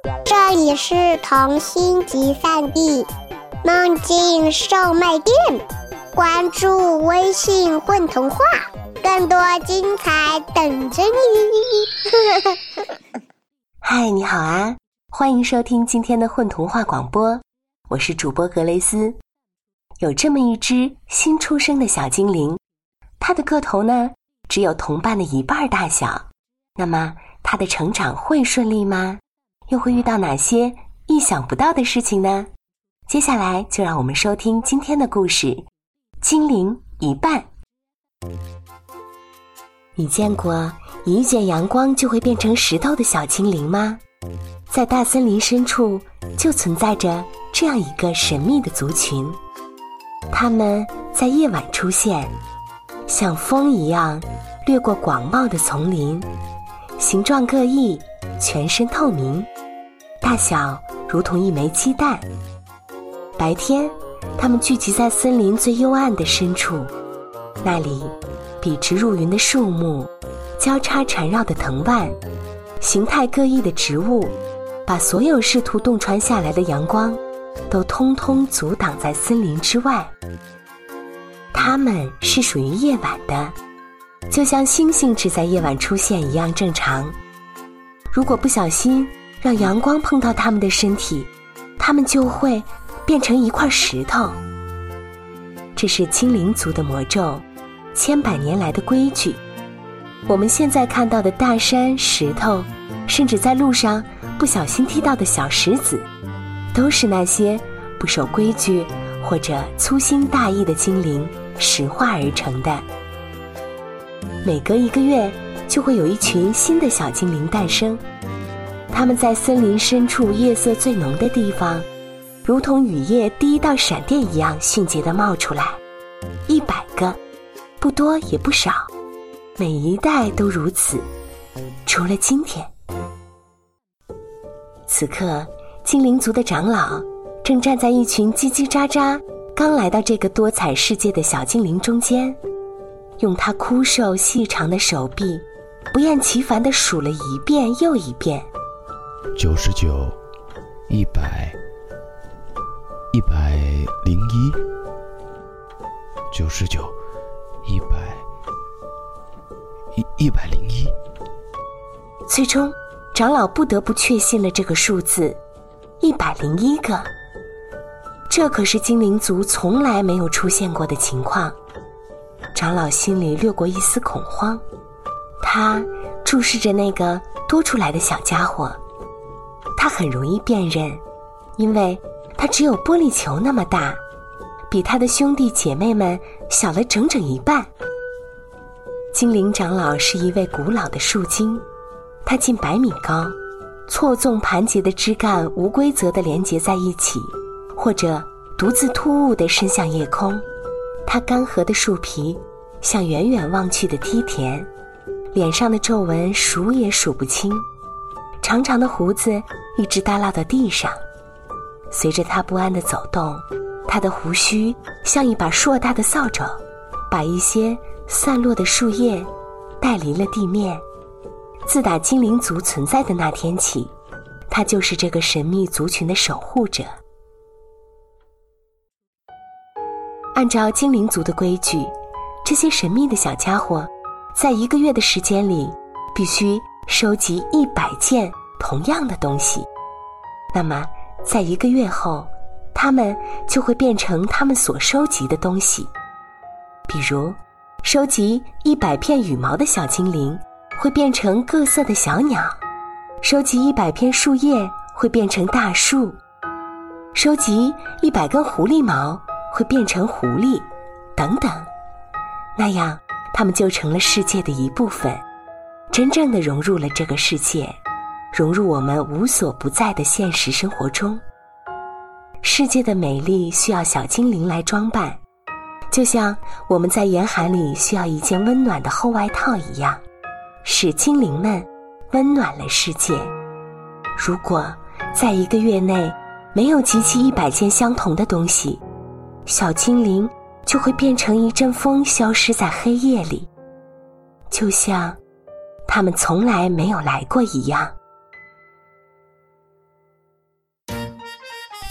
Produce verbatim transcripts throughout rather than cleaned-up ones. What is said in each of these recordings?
这里是童心集散地梦境售卖店，关注微信混童话，更多精彩等着你。 嗨，你好啊，欢迎收听今天的混童话广播，我是主播格雷斯。有这么一只新出生的小精灵，它的个头呢只有同伴的一半大小，那么它的成长会顺利吗？又会遇到哪些意想不到的事情呢？接下来就让我们收听今天的故事，精灵一半。你见过一遇见阳光就会变成石头的小精灵吗？在大森林深处就存在着这样一个神秘的族群，它们在夜晚出现，像风一样掠过广袤的丛林，形状各异，全身透明，大小如同一枚鸡蛋。白天它们聚集在森林最幽暗的深处，那里笔直入云的树木，交叉缠绕的藤蔓，形态各异的植物，把所有试图洞穿下来的阳光都通通阻挡在森林之外。它们是属于夜晚的，就像星星只在夜晚出现一样正常。如果不小心让阳光碰到它们的身体，它们就会变成一块石头。这是精灵族的魔咒，千百年来的规矩。我们现在看到的大山、石头，甚至在路上不小心踢到的小石子，都是那些不守规矩或者粗心大意的精灵石化而成的。每隔一个月就会有一群新的小精灵诞生，它们在森林深处夜色最浓的地方，如同雨夜第一道闪电一样迅捷地冒出来。一百个，不多也不少，每一代都如此，除了今天。此刻精灵族的长老正站在一群叽叽喳喳刚来到这个多彩世界的小精灵中间，用他枯瘦细长的手臂不厌其烦地数了一遍又一遍。 九十九，一百，一百零一，九十九，一百，一一百零一。 最终长老不得不确信了这个数字，一百零一个。这可是精灵族从来没有出现过的情况。长老心里掠过一丝恐慌，他注视着那个多出来的小家伙。他很容易辨认，因为他只有玻璃球那么大，比他的兄弟姐妹们小了整整一半。精灵长老是一位古老的树精，它近百米高，错综盘结的枝干无规则地连结在一起，或者独自突兀地伸向夜空。它干涸的树皮像远远望去的梯田，脸上的皱纹数也数不清，长长的胡子一直耷拉到地上。随着它不安的走动，它的胡须像一把硕大的扫帚，把一些散落的树叶带离了地面。自打精灵族存在的那天起，它就是这个神秘族群的守护者。按照精灵族的规矩，这些神秘的小家伙在一个月的时间里必须收集一百件同样的东西。那么在一个月后，他们就会变成他们所收集的东西。比如收集一百片羽毛的小精灵会变成各色的小鸟，收集一百片树叶会变成大树，收集一百根狐狸毛会变成狐狸，等等。那样它们就成了世界的一部分，真正地融入了这个世界，融入我们无所不在的现实生活中。世界的美丽需要小精灵来装扮，就像我们在严寒里需要一件温暖的厚外套一样，使精灵们温暖了世界。如果在一个月内没有集齐一百件相同的东西，小精灵就会变成一阵风，消失在黑夜里，就像他们从来没有来过一样。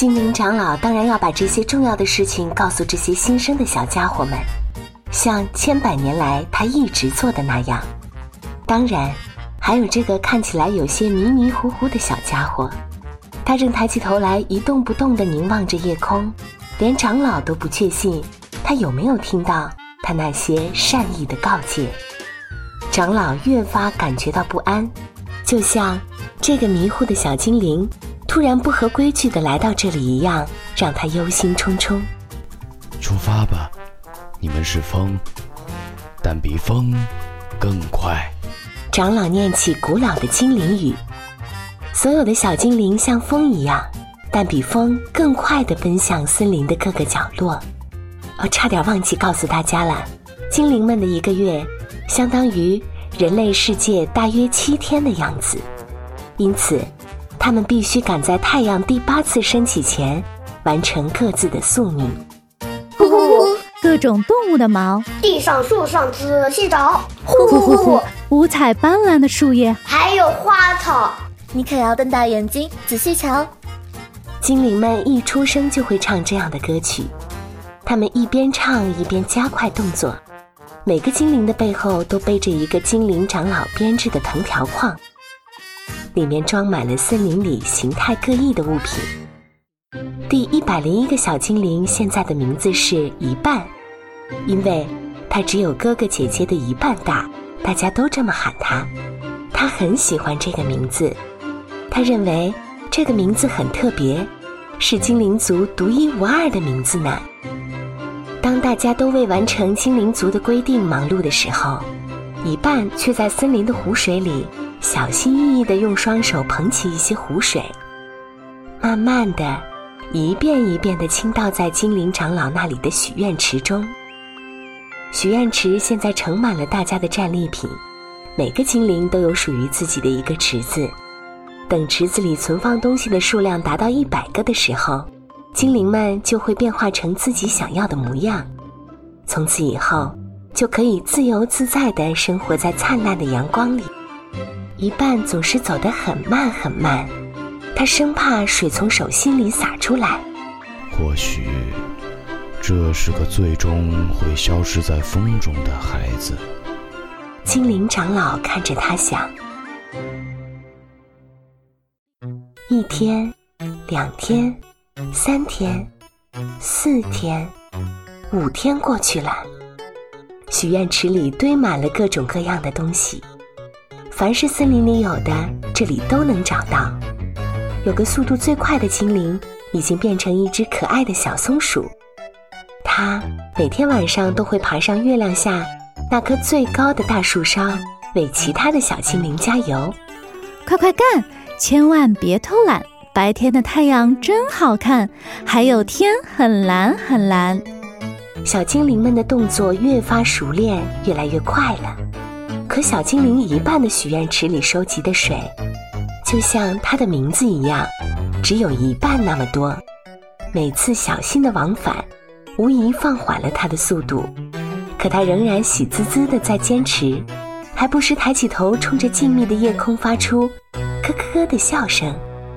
精灵长老当然要把这些重要的事情告诉这些新生的小家伙们，像千百年来他一直做的那样。当然还有这个看起来有些迷迷糊糊的小家伙，他正抬起头来一动不动地凝望着夜空，连长老都不确信他有没有听到他那些善意的告诫。长老越发感觉到不安，就像这个迷糊的小精灵突然不合规矩地来到这里一样，让他忧心忡忡。 出发吧，你们是风，但比风更快。 长老念起古老的精灵语，所有的小精灵像风一样，但比风更快地奔向森林的各个角落。哦，差点忘记告诉大家了，精灵们的一个月相当于人类世界大约七天的样子，因此他们必须赶在太阳第八次升起前完成各自的宿命。 呼呼呼，各种动物的毛， 地上树上仔细找， 呼呼呼呼，五彩斑斓的树叶， 还有花草， 你可要瞪大眼睛仔细瞧。 精灵们一出生就会唱这样的歌曲，他们一边唱一边加快动作，每个精灵的背后都背着一个精灵长老编制的藤条框，里面装满了森林里形态各异的物品。第一百零一个小精灵现在的名字是一半，因为他只有哥哥姐姐的一半大，大家都这么喊他。他很喜欢这个名字，他认为这个名字很特别，是精灵族独一无二的名字呢。当大家都为完成精灵族的规定忙碌的时候，一半却在森林的湖水里小心翼翼地用双手捧起一些湖水，慢慢地一遍一遍地倾倒在精灵长老那里的许愿池中。许愿池现在盛满了大家的战利品，每个精灵都有属于自己的一个池子。等池子里存放东西的数量达到一百个的时候，精灵们就会变化成自己想要的模样，从此以后就可以自由自在地生活在灿烂的阳光里。一半总是走得很慢很慢，他生怕水从手心里洒出来。 或许这是个最终会消失在风中的孩子。 精灵长老看着他想。一天，两天，三天，四天，五天过去了，许愿池里堆满了各种各样的东西，凡是森林里有的，这里都能找到。有个速度最快的精灵已经变成一只可爱的小松鼠，它每天晚上都会爬上月亮下那棵最高的大树梢，为其他的小精灵加油。 快快干，千万别偷懒，白天的太阳真好看，还有天很蓝很蓝。 小精灵们的动作越发熟练，越来越快了。可小精灵一半的许愿池里收集的水，就像它的名字一样，只有一半那么多。每次小心的往返，无疑放缓了它的速度，可它仍然喜滋滋地在坚持，还不时抬起头冲着静谧的夜空发出咯咯的笑声。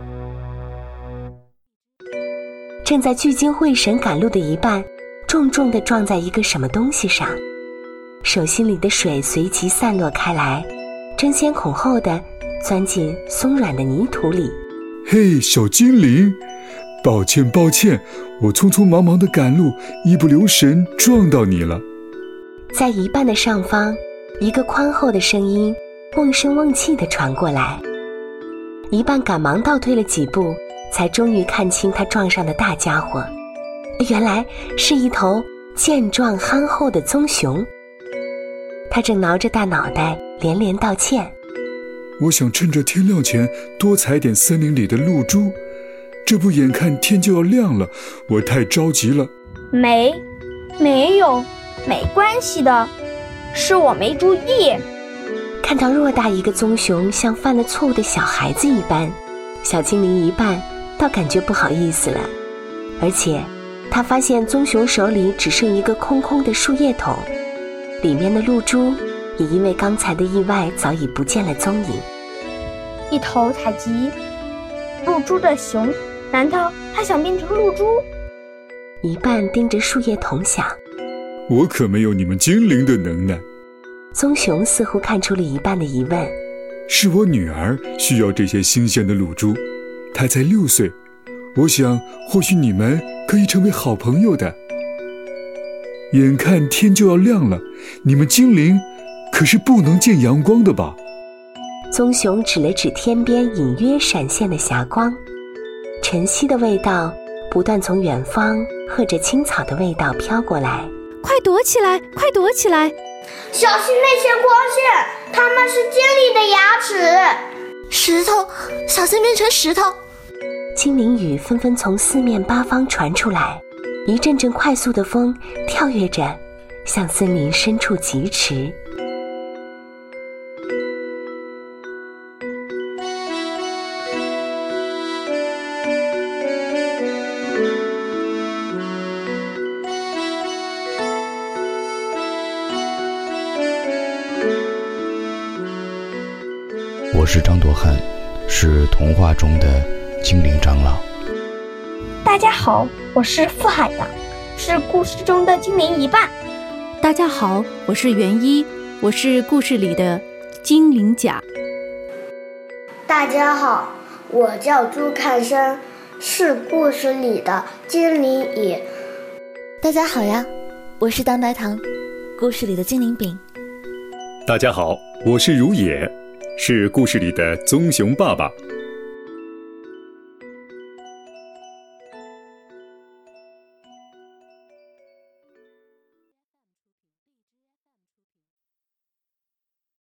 正在聚精会神赶路的一半，重重地撞在一个什么东西上，手心里的水随即散落开来，争先恐后地钻进松软的泥土里。 嘿，小精灵，抱歉抱歉，我匆匆忙忙地赶路，一不留神撞到你了。 在一半的上方，一个宽厚的声音瓮声瓮气地传过来。一半赶忙倒退了几步，才终于看清他撞上的大家伙，原来是一头健壮憨厚的棕熊。他正挠着大脑袋连连道歉。 我想趁着天亮前多采点森林里的露珠，这不眼看天就要亮了，我太着急了。 没没有没关系的，是我没注意。 看到偌大一个棕熊像犯了错误的小孩子一般，小精灵一半倒感觉不好意思了，而且他发现棕熊手里只剩一个空空的树叶桶，里面的露珠也因为刚才的意外早已不见了踪影。 一头采集露珠的熊难道他想变成露珠？ 一半盯着树叶筒想， 我可没有你们精灵的能耐。 棕熊似乎看出了一半的疑问， 是我女儿需要这些新鲜的露珠，她才六岁，我想或许你们可以成为好朋友的。眼看天就要亮了，你们精灵可是不能见阳光的吧？ 棕熊指了指天边隐约闪现的霞光，晨曦的味道不断从远方和着青草的味道飘过来。 快躲起来，快躲起来！ 小心那些光线，它们是精灵的牙齿。 石头，小心变成石头！ 精灵语纷纷从四面八方传出来，一阵阵快速的风跳跃着向森林深处疾驰。 我是张铎汉，是童话中的精灵长老。 大家好，我是傅海洋，是故事中的精灵一半。 大家好，我是袁一，我是故事里的精灵甲。 大家好，我叫朱看生，是故事里的精灵乙。 大家好呀，我是蛋白糖，故事里的精灵饼。 大家好，我是如也，是故事里的棕熊爸爸。